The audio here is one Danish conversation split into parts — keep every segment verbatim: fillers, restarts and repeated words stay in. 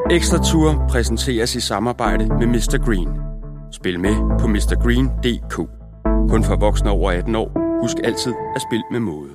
Ekstra Tour præsenteres i samarbejde med mister Green. Spil med på mister green punktum d k. Kun for voksne over atten år. Husk altid at spille med måde.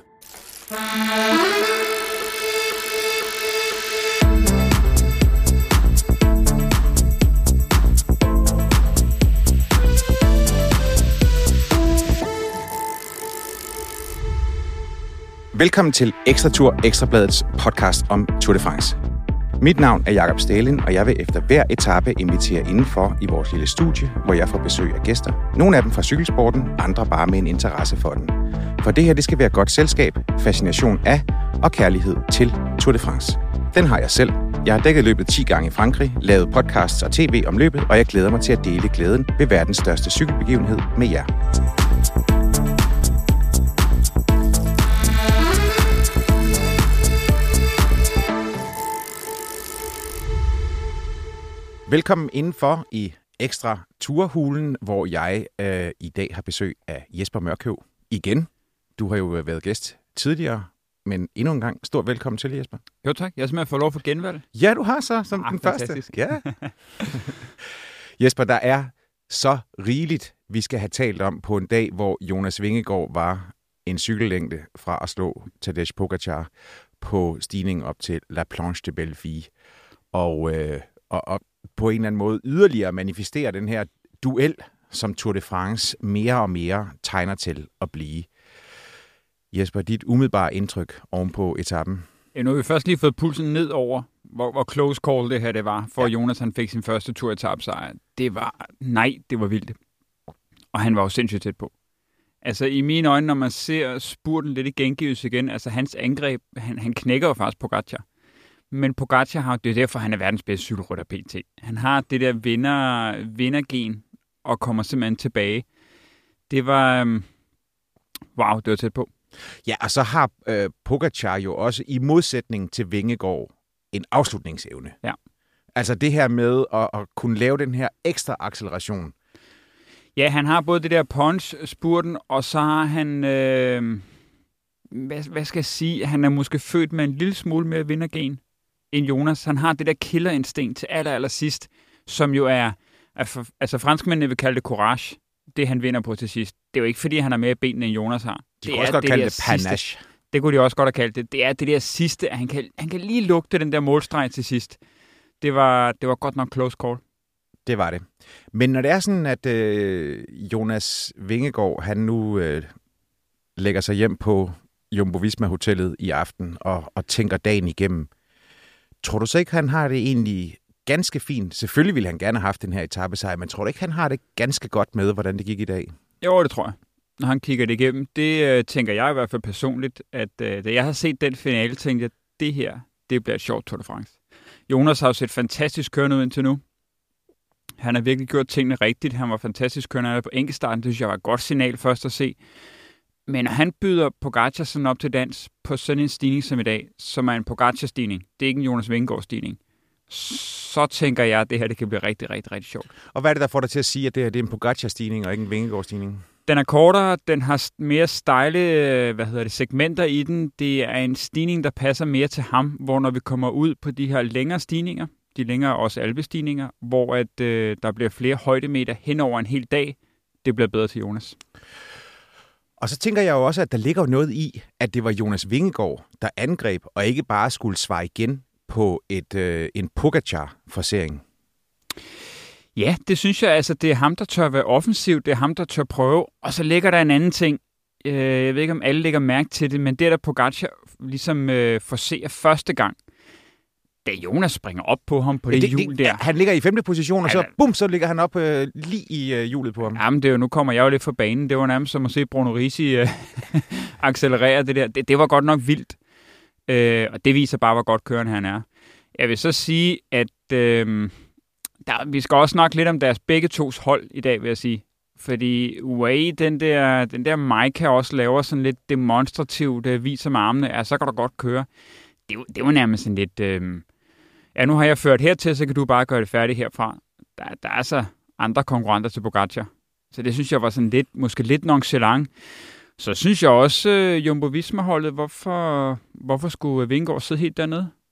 Velkommen til Ekstra Tour, Ekstrabladets podcast om Tour de France. Mit navn er Jakob Stalin, og jeg vil efter hver etape invitere indenfor i vores lille studie, hvor jeg får besøg af gæster. Nogle af dem fra cykelsporten, andre bare med en interesse for den. For det her, det skal være godt selskab, fascination af og kærlighed til Tour de France. Den har jeg selv. Jeg har dækket løbet ti gange i Frankrig, lavet podcasts og tv om løbet, og jeg glæder mig til at dele glæden ved verdens største cykelbegivenhed med jer. Velkommen indenfor i Ekstra Turhulen, hvor jeg øh, i dag har besøg af Jesper Mørkøv igen. Du har jo været gæst tidligere, men endnu en gang stort velkommen til, Jesper. Jo tak, jeg har simpelthen fået lov for genvalg. Ja, du har så, som ah, den fantastisk. første. Ja. Jesper, der er så rigeligt, vi skal have talt om på en dag, hvor Jonas Vingegaard var en cykellængde fra at slå Tadej Pogačar på stigningen op til La Planche de Belleville. Og, øh, og, og på en eller anden måde yderligere manifestere den her duel, som Tour de France mere og mere tegner til at blive. Jesper, dit umiddelbare indtryk ovenpå etappen? Ja, nu har vi først lige fået pulsen ned over, hvor, hvor close call det her det var, for ja. Jonas han fik sin første tur-etape-sejr. Det var, nej, det var vildt. Og han var jo sindssygt tæt på. Altså i mine øjne, når man ser spurten lidt i gengivelse igen, altså hans angreb, han, han knækker jo faktisk Pogačar. Men Pogačar har, det er derfor, han er verdens bedste cykelrytter P T. Han har det der vinder, vindergen og kommer simpelthen tilbage. Det var, um, wow, det var tæt på. Ja, og så har øh, Pogačar jo også i modsætning til Vingegaard en afslutningsevne. Ja. Altså det her med at, at kunne lave den her ekstra acceleration. Ja, han har både det der punch, spurten, og så har han, øh, hvad, hvad skal jeg sige, han er måske født med en lille smule mere vindergen end Jonas. Han har det der killerinstinkt til aller, aller sidst, som jo er, altså franskmændene vil kalde det courage, det han vinder på til sidst. Det er jo ikke, fordi han har mere ben, end Jonas har. De det kunne også godt kalde det panache. Sidste. Det kunne de også godt have kaldt det. Det er det der sidste, at han kan, han kan lige lugte den der målstreg til sidst. Det var, det var godt nok close call. Det var det. Men når det er sådan, at øh, Jonas Vingegaard, han nu øh, lægger sig hjem på Jumbo-Visma-hotellet i aften og, og tænker dagen igennem, tror du så ikke, han har det egentlig ganske fint? Selvfølgelig ville han gerne have haft den her etapesejr, men tror du ikke, han har det ganske godt med, hvordan det gik i dag? Jo, det tror jeg. Når han kigger det igennem, det øh, tænker jeg i hvert fald personligt, at øh, da jeg har set den finale, tænkte jeg, at det her, det bliver et sjovt Tour de France. Jonas har jo set fantastisk kørende ud indtil nu. Han har virkelig gjort tingene rigtigt. Han var fantastisk kørende på enkeltstarten. Det synes jeg var et godt signal først at se. Men når han byder Pogačar sådan op til dans på sådan en stigning som i dag, som er en Pogačar-stigning, det er ikke en Jonas Vingegaard-stigning, så tænker jeg, at det her det kan blive rigtig, rigtig, rigtig sjovt. Og hvad er det, der får dig til at sige, at det her det er en Pogačar-stigning og ikke en Vingegaard-stigning? Den er kortere, den har mere stejle hvad hedder det, segmenter i den. Det er en stigning, der passer mere til ham, hvor når vi kommer ud på de her længere stigninger, de længere også alpestigninger, hvor at, øh, der bliver flere højdemeter hen over en hel dag, det bliver bedre til Jonas. Og så tænker jeg jo også, at der ligger noget i, at det var Jonas Vingegaard, der angreb, og ikke bare skulle svare igen på et, øh, en Pogačar-forsering. Ja, det synes jeg, altså det er ham, der tør være offensiv, det er ham, der tør prøve, og så ligger der en anden ting. Øh, jeg ved ikke, om alle lægger mærke til det, men det der Pogačar ligesom øh, forser første gang, da Jonas springer op på ham på det, det hjul der. Han ligger i femte position, og så, bum, så ligger han op øh, lige i øh, hjulet på ham. Jamen, det er jo, nu kommer jeg jo lidt fra banen. Det var nærmest som at se Bruno Risi øh, accelerere det der. Det, det var godt nok vildt. Øh, og det viser bare, hvor godt kørende han er. Jeg vil så sige, at øh, der, vi skal også snakke lidt om deres begge tos hold i dag, vil jeg sige. Fordi U A E, den der, den der Majka også laver sådan lidt demonstrativt, der viser med armene, ja, så kan du godt køre. Det, det var nærmest sådan lidt... Øh, ja, nu har jeg ført hertil, så kan du bare gøre det færdigt herfra. Der, der er så andre konkurrenter til Pogačar. Så det synes jeg var sådan lidt, måske lidt nonchalant. Så synes jeg også, uh, Jumbo-Visma-holdet, hvorfor, hvorfor skulle Vingegaard sidde helt dernede?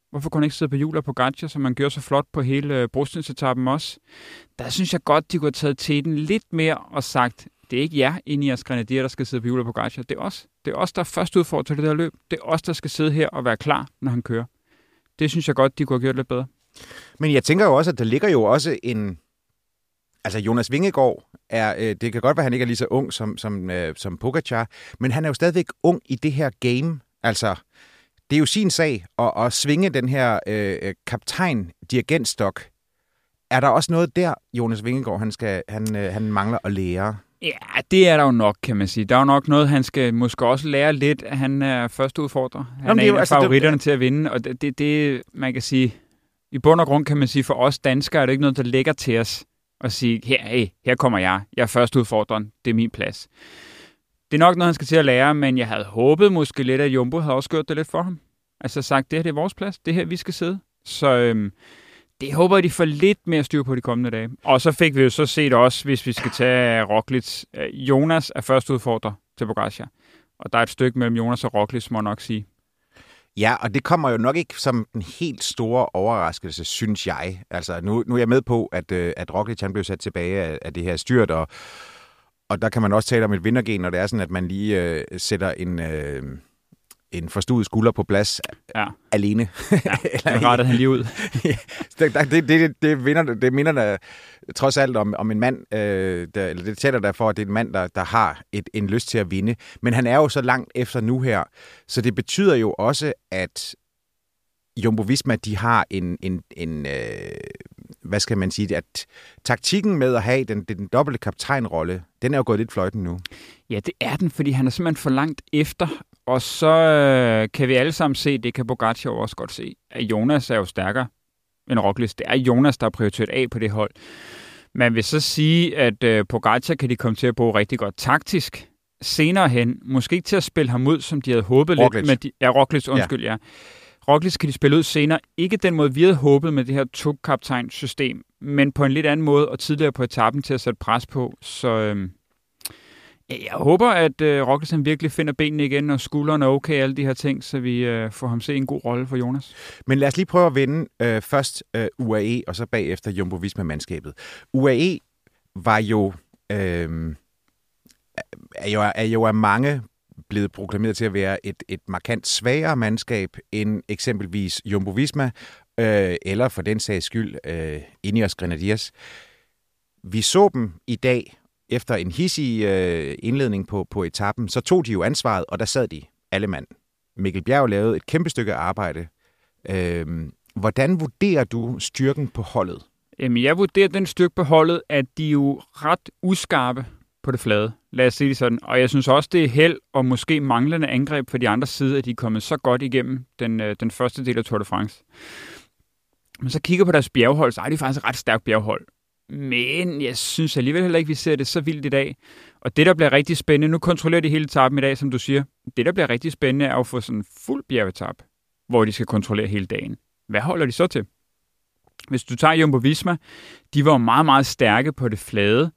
Hvorfor kunne han ikke sidde på hjul af Pogacar, som man gjorde så flot på hele øh, brostensetappen også? Der synes jeg godt, de kunne have taget teten lidt mere og sagt, det er ikke jer, Ineos Grenadier, der skal sidde på hjul af Pogacar. Det er os. Det er os, der er først udfordret til det der løb. Det er os, der skal sidde her og være klar, når han kører. Det synes jeg godt, de kunne have gjort lidt bedre. Men jeg tænker jo også, at der ligger jo også en... Altså, Jonas Vingegaard, er, øh, det kan godt være, at han ikke er lige så ung som, som, øh, som Pogacar, men han er jo stadigvæk ung i det her game. Altså, det er jo sin sag at, at svinge den her øh, kaptajn-dirigenstok. Er der også noget der, Jonas Vingegaard, han, skal, han, øh, han mangler at lære? Ja, det er der jo nok, kan man sige. Der er jo nok noget, han skal måske også lære lidt, at han er første udfordrer. Han Jamen, er en af altså, favoritterne det... til at vinde, og det, det, det, man kan sige, i bund og grund kan man sige, for os danskere er det ikke noget, der ligger til os at sige, her, hey, her kommer jeg, jeg er første udfordreren, det er min plads. Det er nok noget, han skal til at lære, men jeg havde håbet måske lidt, at Jumbo havde også gjort det lidt for ham. Altså sagt, det her det er vores plads, det her vi skal sidde. Så øhm, det håber jeg, de får lidt mere styr på de kommende dage. Og så fik vi jo så set også, hvis vi skal tage Roglic. Jonas er første udfordrer til Pogacar. Og der er et stykke mellem Jonas og Roglic, må jeg nok sige. Ja, og det kommer jo nok ikke som en helt store overraskelse, synes jeg. Altså, nu, nu er jeg med på, at, at Roglic han blev sat tilbage af, af det her styrt, og, og der kan man også tale om et vindergen, når det er sådan, at man lige øh, sætter en... Øh, en forstuet skulder på plads ja. alene. Ja, det rettede han lige ud. Ja, det, det, det, det, vinder, det minder da trods alt om, om en mand, øh, der, eller det tæller derfor, at det er en mand, der, der har et, en lyst til at vinde. Men han er jo så langt efter nu her, så det betyder jo også, at Jumbo-Visma, de har en, en, en øh, hvad skal man sige, at taktikken med at have den, den dobbelte kaptajnrolle, den er jo gået lidt fløjten nu. Ja, det er den, fordi han er simpelthen for langt efter. Og så øh, kan vi alle sammen se, det kan Pogacar også godt se, at Jonas er jo stærkere end Roglic. Det er Jonas, der er prioriteret af på det hold. Man vil så sige, at øh, Pogacar kan de komme til at bruge rigtig godt taktisk senere hen. Måske ikke til at spille ham ud, som de havde håbet Roglic. lidt. Med de, ja, Roglic, undskyld, ja. ja. Roglic kan de spille ud senere. Ikke den måde, vi havde håbet med det her to-kaptajn-system, men på en lidt anden måde, og tidligere på etappen til at sætte pres på. Så... Øh, Jeg håber, at øh, Roglic virkelig finder benene igen, og skuldrene er okay, alle de her ting, så vi øh, får ham se en god rolle for Jonas. Men lad os lige prøve at vinde øh, først øh, U A E, og så bagefter Jumbo-Visma-mandskabet. U A E var jo, øh, er jo, er jo af mange blevet proklameret til at være et, et markant svagere mandskab end eksempelvis Jumbo-Visma, øh, eller for den sags skyld øh, Ineos Grenadiers. Vi så dem i dag. Efter en hissig øh, indledning på, på etappen, så tog de jo ansvaret, og der sad de alle mand. Mikkel Bjerg lavede et kæmpe stykke arbejde. Øh, hvordan vurderer du styrken på holdet? Jamen, jeg vurderer den styrke på holdet, at de er jo ret uskarpe på det flade. Lad os sige det sådan. Og jeg synes også, det er held og måske manglende angreb for de andre side, at de er kommet så godt igennem den, øh, den første del af Tour de France. Men så kigger på deres bjerghold, så er de faktisk et ret stærkt bjerghold. Men jeg synes alligevel heller ikke, vi ser det så vildt i dag. Og det, der bliver rigtig spændende, nu kontrollerer de hele etappen i dag, som du siger. Det, der bliver rigtig spændende, er at få sådan en fuld bjergetap, hvor de skal kontrollere hele dagen. Hvad holder de så til? Hvis du tager Jumbo-Visma, de var meget, meget stærke på det flade.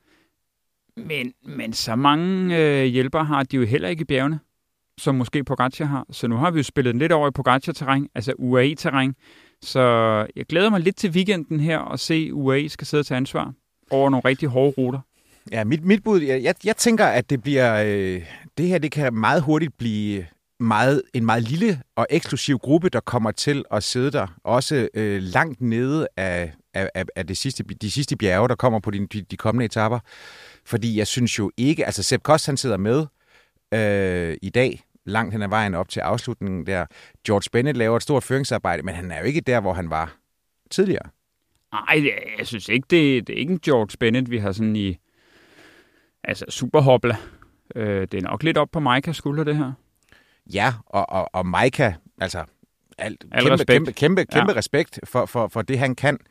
Men, men så mange øh, hjælpere har de jo heller ikke i bjergene, som måske Pogacar har. Så nu har vi jo spillet lidt over i Pogacar-terræn, altså U A E-terræn. Så jeg glæder mig lidt til weekenden her og se U A E skal sidde til ansvar over nogle rigtig hårde ruter. Ja, mit, mit bud, jeg, jeg tænker, at det bliver, øh, det her det kan meget hurtigt blive meget, en meget lille og eksklusiv gruppe, der kommer til at sidde der, også øh, langt nede af, af, af det sidste, de sidste bjerge, der kommer på de, de, de kommende etaper. Fordi jeg synes jo ikke, altså Sepp Kuss, han sidder med øh, i dag, langt hen ad vejen op til afslutningen der. George Bennett laver et stort føringsarbejde, men han er jo ikke der, hvor han var tidligere. Nej, jeg synes ikke, det, det er ikke en George Bennett, vi har sådan i altså superhopla. Øh, det er nok lidt op på Majkas skulder, det her. Ja, og, og, og Majka, altså alt, Al kæmpe, respekt. kæmpe, kæmpe, kæmpe ja. respekt for, for, for det, han kan.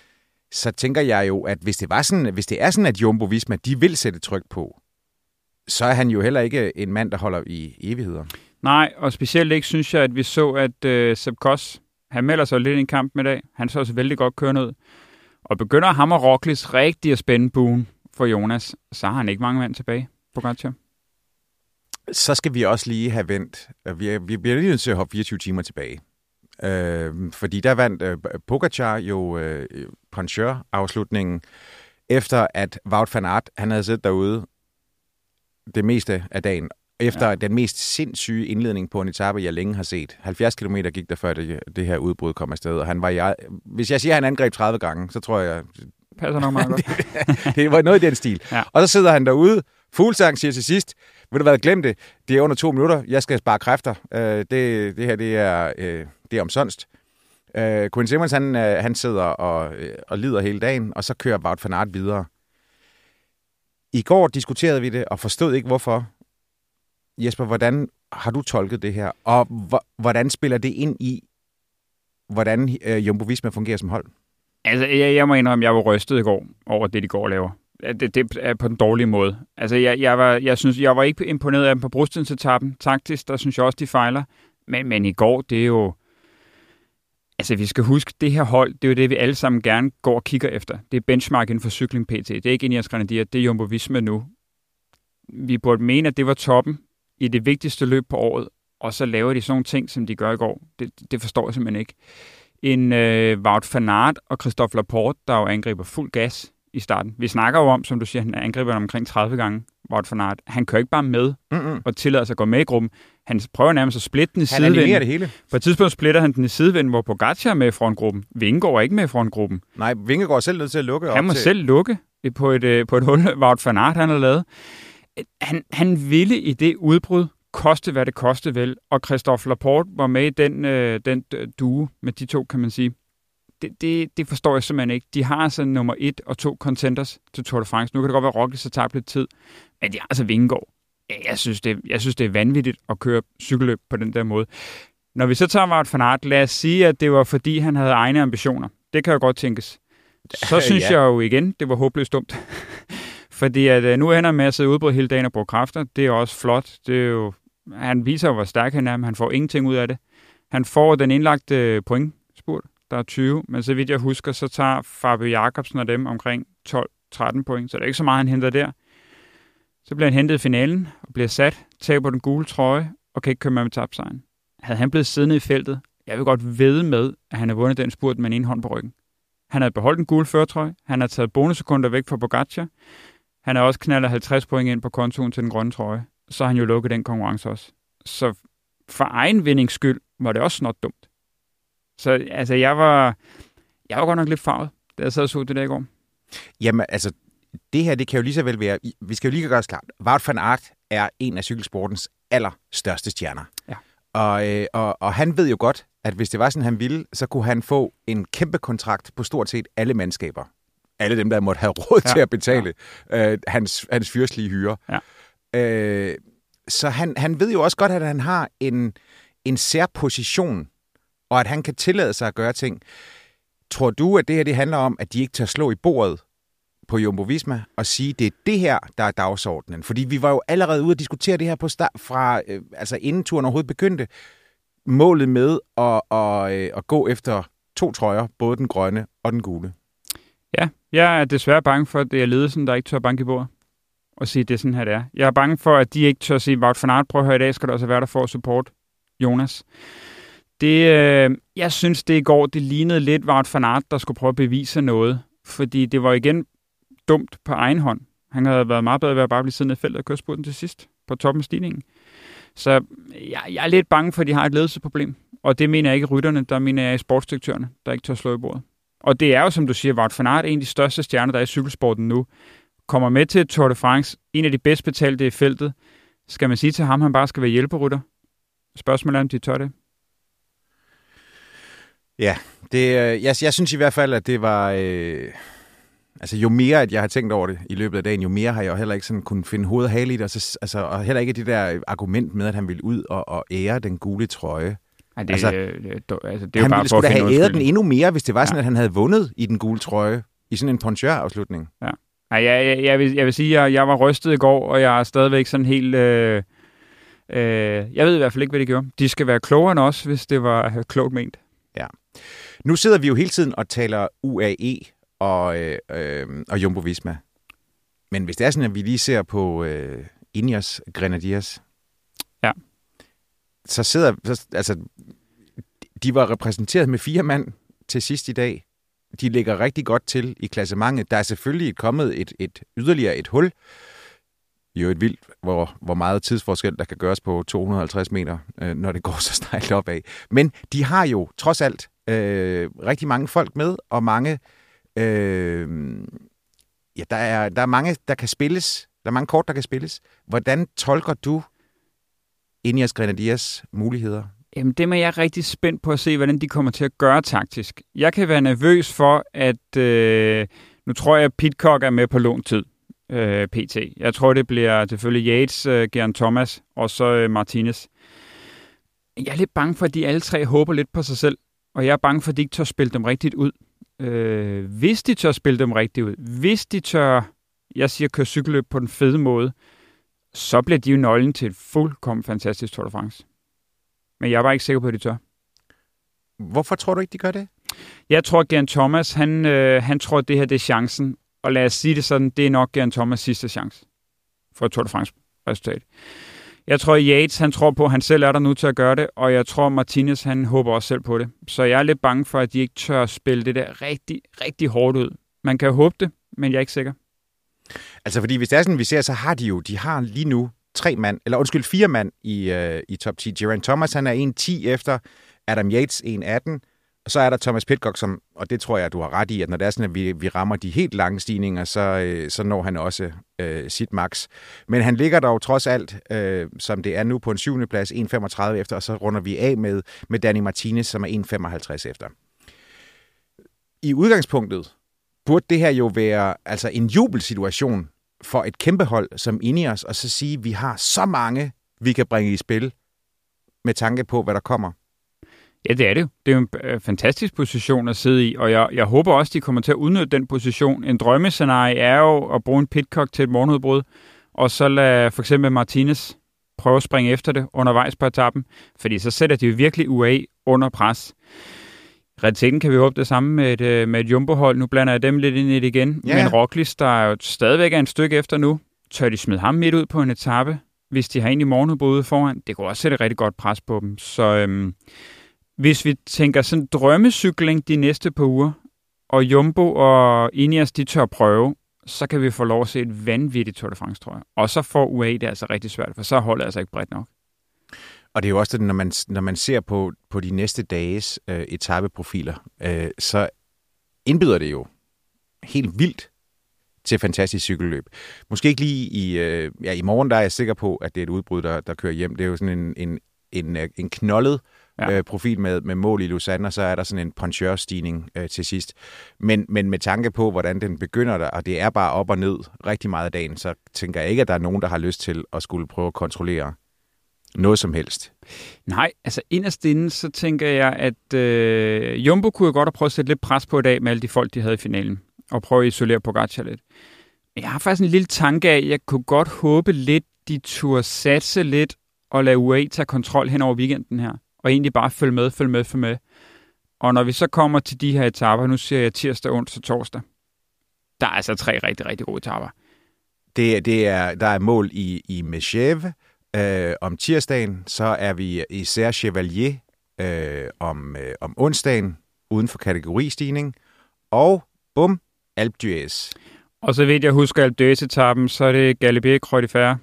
Så tænker jeg jo, at hvis det, var sådan, hvis det er sådan, at Jumbo-Visma, de vil sætte tryk på, så er han jo heller ikke en mand, der holder i evigheder. Nej, og specielt ikke synes jeg, at vi så, at uh, Sepp Kuss, han melder sig lidt i en kamp med i dag. Han så også vældig godt kørende ud. Og begynder ham og Roglic rigtig at spænde buen for Jonas, så har han ikke mange mand tilbage på Pogacar. Så skal vi også lige have vendt. Vi, er, vi bliver lige nødt til at hoppe fireogtyve timer tilbage. Øh, fordi der vandt øh, Pogačar jo øh, Panchør-afslutningen, efter at Wout van Aert, han havde siddet derude det meste af dagen, efter ja. den mest sindssyge indledning på en etape, jeg længe har set. halvfjerds kilometer gik der, før det, det her udbrud kom afsted, og han var jeg, hvis jeg siger, at han angreb tredive gange, så tror jeg... Passer nok meget godt. det, det var noget i den stil. Ja. Og så sidder han derude, Fuglsang siger til sidst, ved du hvad, glem det, det er under to minutter, jeg skal spare kræfter, øh, det, det her, det er, øh, det er omsonst. Øh, Quinn Simmons, han, øh, han sidder og, øh, og lider hele dagen, og så kører Wout van Aert videre. I går diskuterede vi det, og forstod ikke hvorfor. Jesper, hvordan har du tolket det her, og hvordan spiller det ind i, hvordan øh, Jumbo Visma fungerer som hold? Altså, jeg, jeg må indrømme, at jeg var rystet i går over det, de går og laver. Det, det er på den dårlige måde. Altså, jeg, jeg, var, jeg synes, jeg var ikke imponeret af dem på brostensetappen. Taktisk, der synes jeg også, de fejler. Men, men i går, det er jo... Altså, vi skal huske, det her hold, det er jo det, vi alle sammen gerne går og kigger efter. Det er benchmark inden for cykling P T. Det er ikke Ineos Grenadier, det er Jumbo Visma nu. Vi burde mene, at det var toppen i det vigtigste løb på året, og så laver de sådan nogle ting, som de gør i går. Det, det forstår jeg simpelthen ikke. En øh, Wout van Aert og Christophe Laporte, der jo angriber fuld gas i starten. Vi snakker jo om, som du siger, han angriber omkring tredive gange, Wout van Aert. Han kører ikke bare med Mm-mm. og tillader sig at gå med i gruppen. Han prøver nærmest at splitte den i sidevinden. Han animerer det hele. På et tidspunkt splitter han den i sidevinden, hvor Pogačar er med i frontgruppen. Vingegaard er ikke med i frontgruppen. Nej, Vingegaard er selv nødt til at lukke. Han må til... selv lukke på et, på et hul, Wout van Aert han har lavet. Han, han ville i det udbrud koste, hvad det koste vel, og Christophe Laporte var med i den, øh, den duo med de to, kan man sige. Det, det, det forstår jeg simpelthen ikke. De har altså nummer et og to contenders til Tour de France. Nu kan det godt være, at Roglic har tabt lidt tid, men de har altså Vingegaard. Jeg synes, det, jeg synes, det er vanvittigt at køre cykelløb på den der måde. Når vi så tager Wout van Aert, lad os sige, at det var fordi, han havde egne ambitioner. Det kan jo godt tænkes. Så synes ja. jeg jo igen, det var håbløst dumt. Fordi at, nu ender han med at sidde udbrud hele dagen og bruge kræfter. Det er også flot. Det er jo, han viser jo, hvor stærk han er, men han får ingenting ud af det. Han får den indlagte pointspurt, der er tyve, men så vidt jeg husker, så tager Fabio Jakobsen og dem omkring tolv tretten point, så det er ikke så meget, han henter der. Så bliver han hentet i finalen og bliver sat, taber den gule trøje og kan ikke køre med med tabsejren. Havde han blevet siddende i feltet, jeg vil godt vædde med, at han har vundet den spurt med en hånd på ryggen. Han havde beholdt den gule førertrøje, han har taget bonussekunder væk fra Pogačar, han har også knaldet halvtreds point ind på kontoen til den grønne trøje. Så har han jo lukket den konkurrence også. Så for egen vindings skyld var det også snot dumt. Så altså, jeg var, jeg var godt nok lidt farvet, da jeg sad og så det der i går. Jamen, altså, det her, det kan jo lige så vel være... Vi skal jo lige gøre os klart. Wout van Aert er en af cykelsportens allerstørste stjerner. Ja. Og, øh, og, og han ved jo godt, at hvis det var sådan, han ville, så kunne han få en kæmpe kontrakt på stort set alle mandskaber. Alle dem, der måtte have råd ja. til at betale ja. øh, hans, hans fyrstlige hyre. Ja. Øh, så han, han ved jo også godt, at han har en, en særposition, og at han kan tillade sig at gøre ting. Tror du, at det her det handler om, at de ikke tør slå i bordet på Jumbo Visma og sige, det er det her, der er dagsordenen? Fordi vi var jo allerede ude at diskutere det her på start, fra, øh, altså inden turen overhovedet begyndte. Målet med at, at, øh, at gå efter to trøjer, både den grønne og den gule. Ja, jeg er desværre bange for, at det er ledelsen, der ikke tør banke i bordet og sige, det er sådan her, det er. Jeg er bange for, at de ikke tør sige, Wout van Aert, prøv at høre, i dag skal der også være der for at support Jonas. Det, øh, jeg synes, det i går, det lignede lidt Wout van Aert, der skulle prøve at bevise noget, fordi det var igen dumt på egen hånd. Han havde været meget bedre ved at bare blive siddende i feltet og køre spurten til sidst på toppen af stigningen. Så jeg, jeg er lidt bange for, at de har et ledelsesproblem, og det mener jeg ikke i rytterne, der mener jeg i sportsdirektørerne, der ikke tør slå i bordet. Og det er jo, som du siger, Wout van Aert, en af de største stjerner, der er i cykelsporten nu, kommer med til Tour de France, en af de bedst betalte i feltet. Skal man sige til ham, at han bare skal være hjælperytter? Spørgsmålet er, om de tør det. Ja, det, jeg, jeg synes i hvert fald, at det var... Øh, altså jo mere, at jeg har tænkt over det i løbet af dagen, jo mere har jeg jo heller ikke sådan kunnet finde hoved og hale i det, og, så, altså, og heller ikke det der argument med, at han ville ud og, og ære den gule trøje. Ej, det, altså, det, det, altså, det er han bare ville sgu da have æret den endnu mere, hvis det var sådan, ja. at han havde vundet i den gule trøje, i sådan en Panchør-afslutning. Ja. Ej, jeg, jeg, jeg, vil, jeg vil sige, at jeg, jeg var rystet i går, og jeg er stadigvæk sådan helt... Øh, øh, jeg ved i hvert fald ikke, hvad de gjorde. De skal være klogere end os, hvis det var klogt ment. Ja. Nu sidder vi jo hele tiden og taler U A E og, øh, øh, og Jumbo Visma. Men hvis det er sådan, at vi lige ser på øh, Ineos Grenadiers, ja. så sidder... Så, altså, De var repræsenteret med fire mand til sidst i dag. De ligger rigtig godt til i klassementet. Der er selvfølgelig kommet et, et yderligere et hul. Jo et vildt, hvor, hvor meget tidsforskel der kan gøres på to hundrede og halvtreds meter, øh, når det går så stejlt opad. Men de har jo trods alt øh, rigtig mange folk med, og mange, øh, ja, der er, der er mange, der kan spilles. Der er mange kort, der kan spilles. Hvordan tolker du Ineos Grenadiers muligheder? Jamen, det er jeg rigtig spændt på at se, hvordan de kommer til at gøre taktisk. Jeg kan være nervøs for, at øh, nu tror jeg, at Pidcock er med på låntid. Øh, P T. Jeg tror, det bliver selvfølgelig Yates, øh, Geraint Thomas og så øh, Martinez. Jeg er lidt bange for, at de alle tre håber lidt på sig selv, og jeg er bange for, at de ikke tør spille dem rigtigt ud. Øh, hvis de tør spille dem rigtigt ud, hvis de tør, jeg siger, køre cykelløb på den fede måde, så bliver de jo nøglen til et fuldkommen fantastisk Tour de France. Men jeg er bare ikke sikker på, at de tør. Hvorfor tror du ikke, de gør det? Jeg tror, at Geraint Thomas, han, øh, han tror, at det her det er chancen. Og lad os sige det sådan, det er nok Geraint Thomas' sidste chance for et Tour de France-resultat. Jeg tror, at Yates, han tror på, at han selv er der nu til at gøre det, og jeg tror, at Martinez, han håber også selv på det. Så jeg er lidt bange for, at de ikke tør spille det der rigtig, rigtig hårdt ud. Man kan jo håbe det, men jeg er ikke sikker. Altså, fordi hvis det er sådan, vi ser, så har de jo, de har lige nu tre mand, eller undskyld, fire mand i, øh, i top ti. Geraint Thomas, han er en ti efter, Adam Yates en atten, og så er der Thomas Pidcock, som, og det tror jeg, du har ret i, at når det er sådan, at vi, vi rammer de helt lange stigninger, så, øh, så når han også øh, sit max. Men han ligger dog trods alt, øh, som det er nu, på en syvende plads, en femogtredive efter, og så runder vi af med, med Danny Martinez, som er en femoghalvtreds efter. I udgangspunktet burde det her jo være altså en jubelsituation for et kæmpe hold som Ineos, og så sige, at vi har så mange, vi kan bringe i spil med tanke på, hvad der kommer. Ja, det er det. Det er jo en fantastisk position at sidde i, og jeg, jeg håber også, de kommer til at udnytte den position. En drømmescenarie er jo at bruge en Pidcock til et morgenudbrud, og så lade for eksempel Martinez prøve at springe efter det undervejs på etappen, fordi så sætter de jo virkelig U A E under pres. I realiteten kan vi håbe det samme med et, med et jumbo-hold. Nu blander jeg dem lidt ind i det igen. Ja. Men Roglic, der er jo stadigvæk er en stykke efter nu, tør de smide ham midt ud på en etape, hvis de har egentlig morgenudbrud foran. Det kunne også sætte rigtig godt pres på dem. Så øhm, hvis vi tænker sådan drømmecykling de næste par uger, og Jumbo og Ineos, de tør prøve, så kan vi få lov at se et vanvittigt Tour de France, tror jeg. Og så får U A E det altså rigtig svært, for så holder altså ikke bredt nok. Og det er jo også det, når man, når man ser på, på de næste dages øh, etapeprofiler, øh, så indbyder det jo helt vildt til fantastisk cykelløb. Måske ikke lige i, øh, ja, i morgen, der er jeg sikker på, at det er et udbrud, der, der kører hjem. Det er jo sådan en, en, en, en knoldet ja. øh, profil med, med mål i Lausanne, og så er der sådan en puncheur-stigning øh, til sidst. Men, men med tanke på, hvordan den begynder der, og det er bare op og ned rigtig meget af dagen, så tænker jeg ikke, at der er nogen, der har lyst til at skulle prøve at kontrollere noget som helst. Nej, altså inderst inde, så tænker jeg, at øh, Jumbo kunne jo godt have prøvet at sætte lidt pres på i dag med alle de folk, de havde i finalen, og prøve at isolere Pogacar lidt. Jeg har faktisk en lille tanke af, at jeg kunne godt håbe lidt, de turde satse lidt og lade U A E tage kontrol hen over weekenden her, og egentlig bare følge med, følge med, følge med. Og når vi så kommer til de her etaper, nu siger jeg tirsdag, onsdag, torsdag, der er altså tre rigtig, rigtig gode etaper. Det, det er, der er mål i, i Megève. Øh, om tirsdagen, så er vi i Serre Chevalier øh, om, øh, om onsdagen, uden for kategoristigning, og bum, Alpe d'Huez. Og så vidt jeg husker Alpe d'Huez-etappen, så er det Galibier Croix de Fer.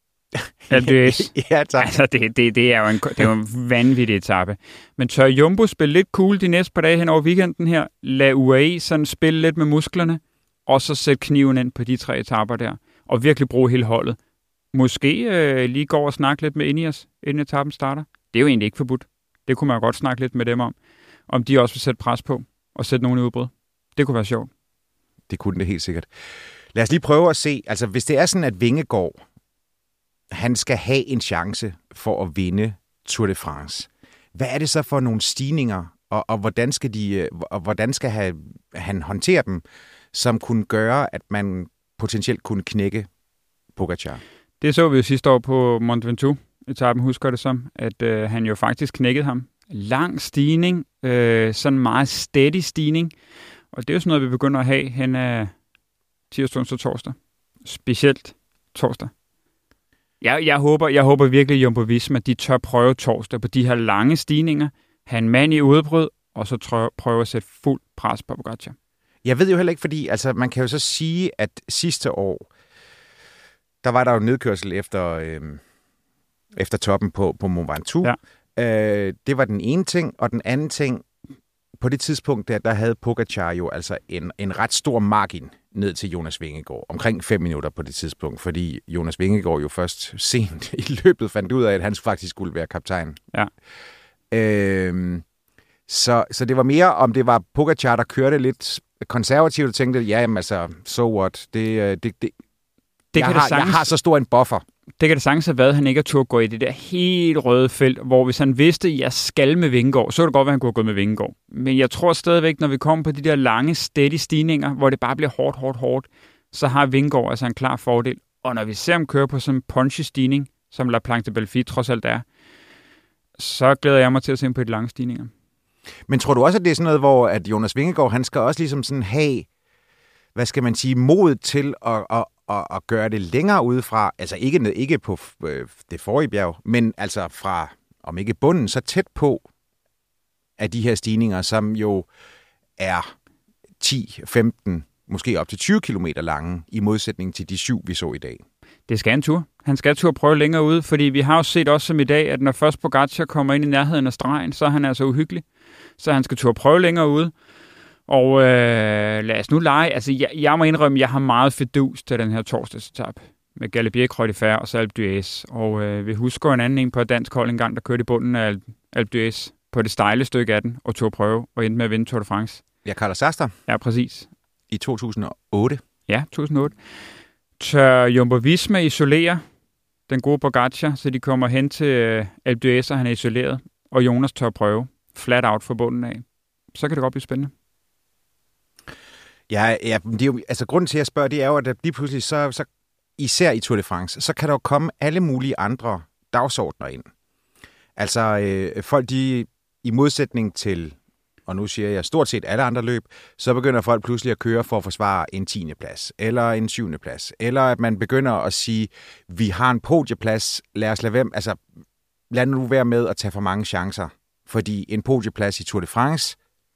Alpe d'Huez. Ja, tak. Altså, det, det, det, er jo en, det er jo en vanvittig etape. Men tør Jumbo spille lidt cool de næste par dage hen over weekenden her, lad U A E sådan spille lidt med musklerne, og så sætte kniven ind på de tre etaper der, og virkelig bruge hele holdet. Måske øh, lige gå og snakke lidt med Ineos, inden etappen starter. Det er jo egentlig ikke forbudt. Det kunne man jo godt snakke lidt med dem om. Om de også vil sætte pres på og sætte nogen i udbrud. Det kunne være sjovt. Det kunne det helt sikkert. Lad os lige prøve at se. Altså, hvis det er sådan, at Vingegaard, han skal have en chance for at vinde Tour de France. Hvad er det så for nogle stigninger, og, og hvordan skal, de, og hvordan skal have, han håndtere dem, som kunne gøre, at man potentielt kunne knække Pogacar? Det så vi jo sidste år på Mont Ventoux-etappen, husker det som, at øh, han jo faktisk knækkede ham. Lang stigning, øh, sådan meget steady stigning, og det er jo sådan noget, vi begynder at have hen af tirsdag, onsdag og torsdag. Specielt torsdag. Jeg, jeg, håber, jeg håber virkelig, at Jumbo Visma, de tør prøve torsdag på de her lange stigninger. have en mand i udbrud, og så trø- prøve at sætte fuld pres på Pogačar. Jeg ved jo heller ikke, fordi altså, man kan jo så sige, at sidste år, der var der jo nedkørsel efter, øh, efter toppen på, på Mont Ventoux. Ja. Øh, det var den ene ting, og den anden ting, på det tidspunkt, der, der havde Pogačar jo altså en, en ret stor margin ned til Jonas Vingegaard. Omkring fem minutter på det tidspunkt, fordi Jonas Vingegaard jo først sent i løbet fandt ud af, at han faktisk skulle være kaptajn. Ja. Øh, så, så det var mere, om det var Pogačar, der kørte lidt konservativt og tænkte, ja, jamen, altså, so what? Det, det, det, det jeg, kan har, det sagtens, jeg har så stor en buffer. Det kan det sagtens have været, at han ikke har turde gå i det der helt røde felt, hvor hvis han vidste, at jeg skal med Vingegaard, så er det godt, at han kunne have gået med Vingegaard. Men jeg tror stadigvæk, når vi kommer på de der lange, steady stigninger, hvor det bare bliver hårdt, hårdt, hårdt, så har Vingegaard altså en klar fordel. Og når vi ser ham køre på sådan en punchy stigning, som La Planche de Belfi trods alt er, så glæder jeg mig til at se ham på de lange stigninger. Men tror du også, at det er sådan noget, hvor at Jonas Vingegaard, han skal også ligesom sådan have, hvad skal man sige, mod til at, at, at, at gøre det længere udefra, altså ikke, ikke på øh, det forrige bjerg, men altså fra, om ikke bunden, så tæt på af de her stigninger, som jo er ti, femten, måske op til tyve kilometer lange, i modsætning til de syv, vi så i dag. Det skal en tur. Han skal turde prøve længere ud, fordi vi har jo set også som i dag, at når først Pogačar kommer ind i nærheden af stregen, så er han altså uhyggelig. Så han skal turde prøve længere ude. Og øh, lad os nu lege. Altså, jeg, jeg må indrømme, at jeg har meget fidus til den her torsdagsetape med Galibier, Croix de Fer og så Alpe d'Huez. Og øh, vi husker en anden en på et dansk hold engang, der kørte i bunden af Alpe d'Huez på det stejle stykke af den, og tog prøve og endte med at vinde Tour de France. Ja, Carlos Sastre. Ja, præcis. I to tusind og otte. Ja, to tusind og otte. Tør Jumbo-Visma isolere den gode Pogačar, så de kommer hen til øh, Alpe d'Huez, og han er isoleret, og Jonas tør prøve flat out fra bunden af. Så kan det godt blive spændende. Ja, ja det er jo, altså grunden til, at jeg spørger, det er jo, at lige pludselig, så, så især i Tour de France, så kan der jo komme alle mulige andre dagsordner ind. Altså øh, folk, de i modsætning til, og nu siger jeg stort set alle andre løb, så begynder folk pludselig at køre for at forsvare en tiende plads, eller en syvende plads, eller at man begynder at sige, vi har en podieplads, lad os lade være, altså lad nu være med at tage for mange chancer, fordi en podieplads i Tour de France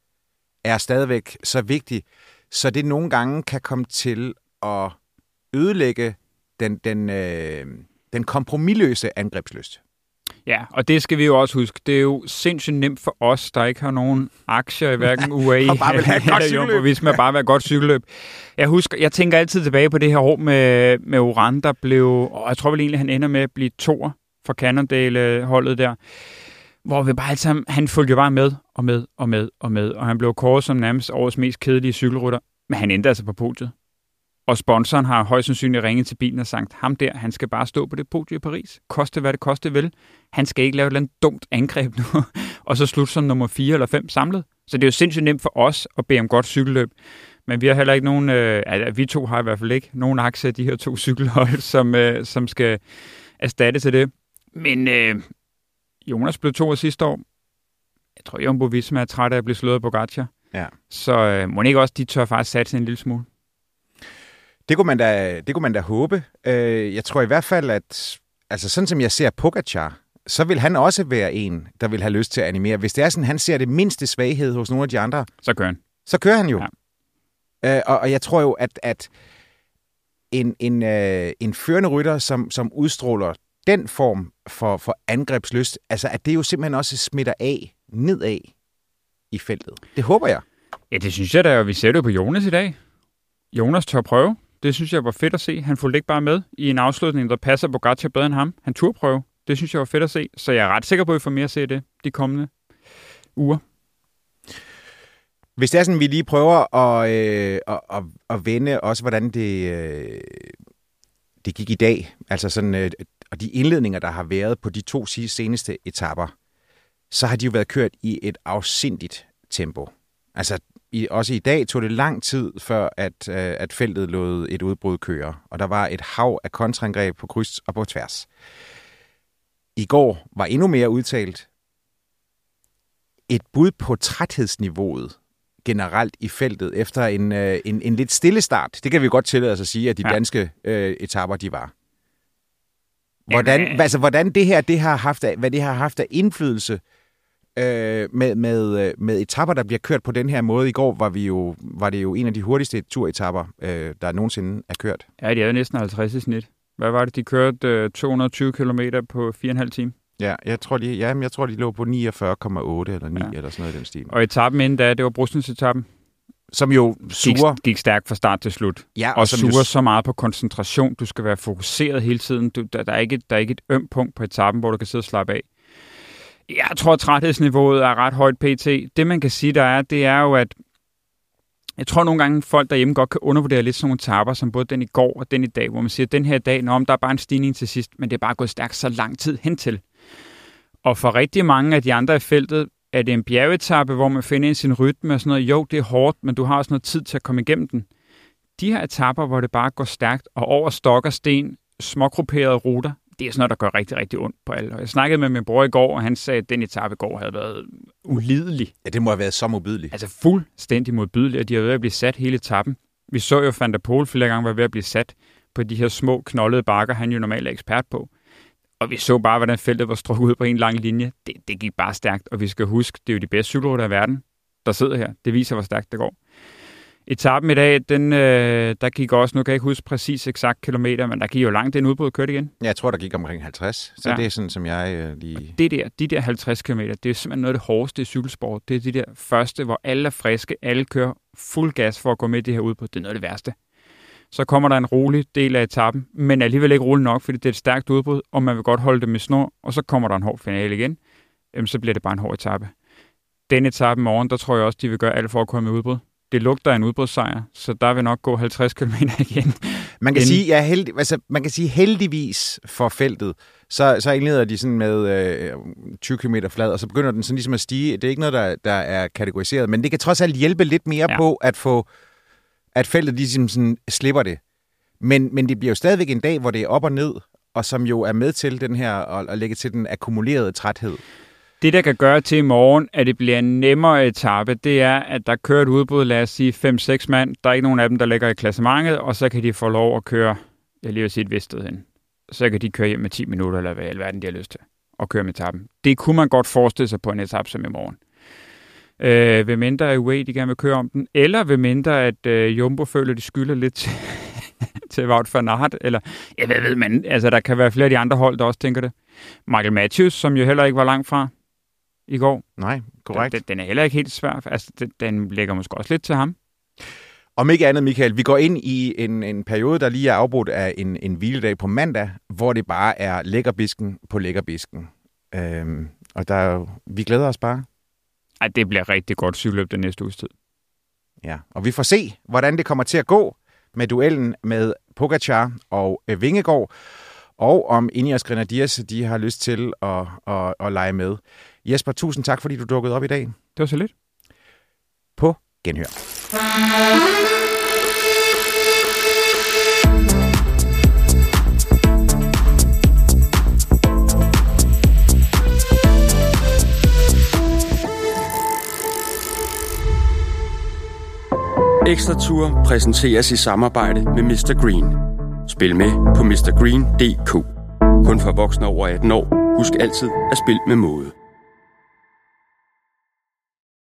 er stadigvæk så vigtig, så det nogle gange kan komme til at ødelægge den, den, øh, den kompromisløse angrebslyst. Ja, og det skal vi jo også huske. Det er jo sindssygt nemt for os, der ikke har nogen aktier i hverken U A E eller Jumbo-Visma, bare være et godt cykelløb. Jeg husker, jeg tænker altid tilbage på det her år med, med Oran, der blev, og jeg tror vel egentlig, han ender med at blive toer for Cannondale-holdet der, hvor vi bare altid, han fulgte jo bare med og med og med og med, og han blev kåret som nærmest årets mest kedelige cykelrytter, men han endte altså på podiet. Og sponsoren har højst sandsynligt ringet til bilen og sagt, ham der, han skal bare stå på det podie i Paris. Koste hvad det koste vil. Han skal ikke lave et eller andet dumt angreb nu. Og så slutte som nummer fire eller fem samlet. Så det er jo sindssygt nemt for os at bede om godt cykelløb. Men vi har heller ikke nogen, øh, altså vi to har i hvert fald ikke nogen aktie af de her to cykelhold, som, øh, som skal erstatte til det. Men øh, Jonas blev to af sidste år. Jeg tror, Jumbo-Visma er træt af at blive slået af Pogačar. Ja. Så øh, må ikke også, de tør faktisk satse en lille smule. Det kunne man da, det kunne man da håbe. Jeg tror i hvert fald, at altså sådan som jeg ser Pogačar, så vil han også være en, der vil have lyst til at animere. Hvis det er sådan, han ser det mindste svaghed hos nogle af de andre, så kører han. Så kører han jo. Ja. Og, og jeg tror jo, at, at en, en, en førende rytter, som, som udstråler den form for, for angrebslyst, altså at det jo simpelthen også smitter af, nedad i feltet. Det håber jeg. Ja, det synes jeg da, og vi ser det på Jonas i dag. Jonas tør prøve. Det synes jeg var fedt at se. Han fulgte ikke bare med i en afslutning, der passer Pogačar bedre end ham. Han turde prøve. Det synes jeg var fedt at se. Så jeg er ret sikker på, at vi får mere at se det de kommende uger. Hvis det er sådan, vi lige prøver at, øh, at, at, at vende også, hvordan det, øh, det gik i dag. Altså sådan, øh, og de indledninger, der har været på de to seneste etapper, så har de jo været kørt i et afsindigt tempo. Altså, I, også i dag tog det lang tid, før at, øh, at feltet lod et udbrud køre, og der var et hav af kontraangreb på kryds og på tværs. I går var endnu mere udtalt et bud på træthedsniveauet generelt i feltet efter en, øh, en, en lidt stille start. Det kan vi godt tillade os at sige, at de ja. danske øh, etaper, de var. Hvordan, Jamen, altså, hvordan det her, det har haft af, hvad det har haft af indflydelse øh, med, med, med etapper, der bliver kørt på den her måde. I går var, vi jo, var det jo en af de hurtigste turetapper, øh, der nogensinde er kørt. Ja, de er næsten halvtreds i snit. Hvad var det? De kørte øh, to hundrede og tyve kilometer på fire og en halv time. Ja, jeg tror, de, ja, jeg tror, de lå på niogfyrre komma otte eller ni, ja. Eller sådan noget i den stil. Og etappen inden da, det var Brusnes-etappen. Som jo suger. Gik, gik stærkt fra start til slut. Ja, og og suger jo... så meget på koncentration. Du skal være fokuseret hele tiden. Du, der, der, er ikke, der er ikke et ømt punkt på etappen, hvor du kan sidde og slappe af. Jeg tror, at træthedsniveauet er ret højt pt. Det, man kan sige, der er, det er jo, at jeg tror nogle gange, folk derhjemme godt kan undervurdere lidt sådan nogle etaper, som både den i går og den i dag, hvor man siger, at den her dag, nå, der er bare en stigning til sidst, men det er bare gået stærkt så lang tid hen til. Og for rigtig mange af de andre i feltet, er det en bjergetappe, hvor man finder ind sin rytme og sådan noget. Jo, det er hårdt, men du har også noget tid til at komme igennem den. De her etapper, hvor det bare går stærkt, og over stok og sten, smågrupperede ruter, det er sådan noget, der gør rigtig, rigtig ondt på alle. Og jeg snakkede med min bror i går, og han sagde, at den etape i går havde været ulidelig. Ja, det må have været så modbydelig. Altså fuldstændig modbydelig, og de har ved at blive sat hele etappen. Vi så jo Van der Poel flere gange var ved at blive sat på de her små, knoldede bakker, han jo normalt er ekspert på. Og vi så bare, hvordan feltet var strukket ud på en lang linje. Det, det gik bare stærkt, og vi skal huske, det er jo de bedste cykelryttere i verden, der sidder her. Det viser, hvor stærkt det går. Etappen i dag, den, øh, der gik også, nu kan jeg ikke huske præcis eksakt kilometer, men der gik jo langt den udbrud kørt igen. Ja, jeg tror, der gik omkring halvtreds, så ja. Det er sådan, som jeg øh, lige... Det der, de der halvtreds kilometer, det er simpelthen noget af det hårdeste i cykelsport. Det er de der første, hvor alle er friske, alle kører fuld gas for at gå med i det her udbrud. Det er noget af det værste. Så kommer der en rolig del af etappen, men alligevel ikke rolig nok, fordi det er et stærkt udbrud, og man vil godt holde det med snor, og så kommer der en hård finale igen. Jamen, så bliver det bare en hård etape. Den etape i morgen, der tror jeg også, de vil gøre alt for at komme med udbrud. Det lugter af en udbrudssejr, så der vil nok gå halvtreds kilometer igen. Man kan, sige, ja, heldig, altså, man kan sige heldigvis for feltet, så, så indleder de sådan med øh, tyve kilometer flad, og så begynder den sådan ligesom at stige. Det er ikke noget, der, der er kategoriseret, men det kan trods alt hjælpe lidt mere ja. På at få at feltet ligesom sådan slipper det. Men, men det bliver jo stadigvæk en dag, hvor det er op og ned, og som jo er med til den her, at, at lægge til den akkumulerede træthed. Det, der kan gøre til i morgen, at det bliver en nemmere etape, det er, at der kører et udbrud, lad os sige fem seks mand. Der er ikke nogen af dem, der ligger i klassementet, og så kan de få lov at køre, jeg lige vil sige et vist sted hen. Så kan de køre hjem med ti minutter, eller hvad i alverden de har lyst til, og køre med etappen. Det kunne man godt forestille sig på en etape som i morgen. Øh, ved mindre at Wade, de gerne vil køre om den, eller ved mindre at øh, Jumbo føler, de skylder lidt til, til Wout van Aert, eller jeg ved, ved man, altså der kan være flere af de andre hold, der også tænker det. Michael Matthews, som jo heller ikke var langt fra i går. Nej, korrekt. Den, den er heller ikke helt svær, altså den, den lægger måske også lidt til ham. Om ikke andet, Michael, vi går ind i en, en periode, der lige er afbrudt af en, en hviledag på mandag, hvor det bare er lækkerbisken på lækkerbisken. Øhm, og der er jo, vi glæder os bare. Ej, det bliver rigtig godt cykelløb den næste uges tid. Ja, og vi får se, hvordan det kommer til at gå med duellen med Pogačar og øh, Vingegaard, og om Ineos Grenadiers, de har lyst til at, at, at lege med. Jesper, tusind tak, fordi du dukkede op i dag. Det var så lidt. På genhør. Ekstra Tour præsenteres i samarbejde med mister Green. Spil med på mister green punktum d k. Kun for voksne over atten år. Husk altid at spille med måde.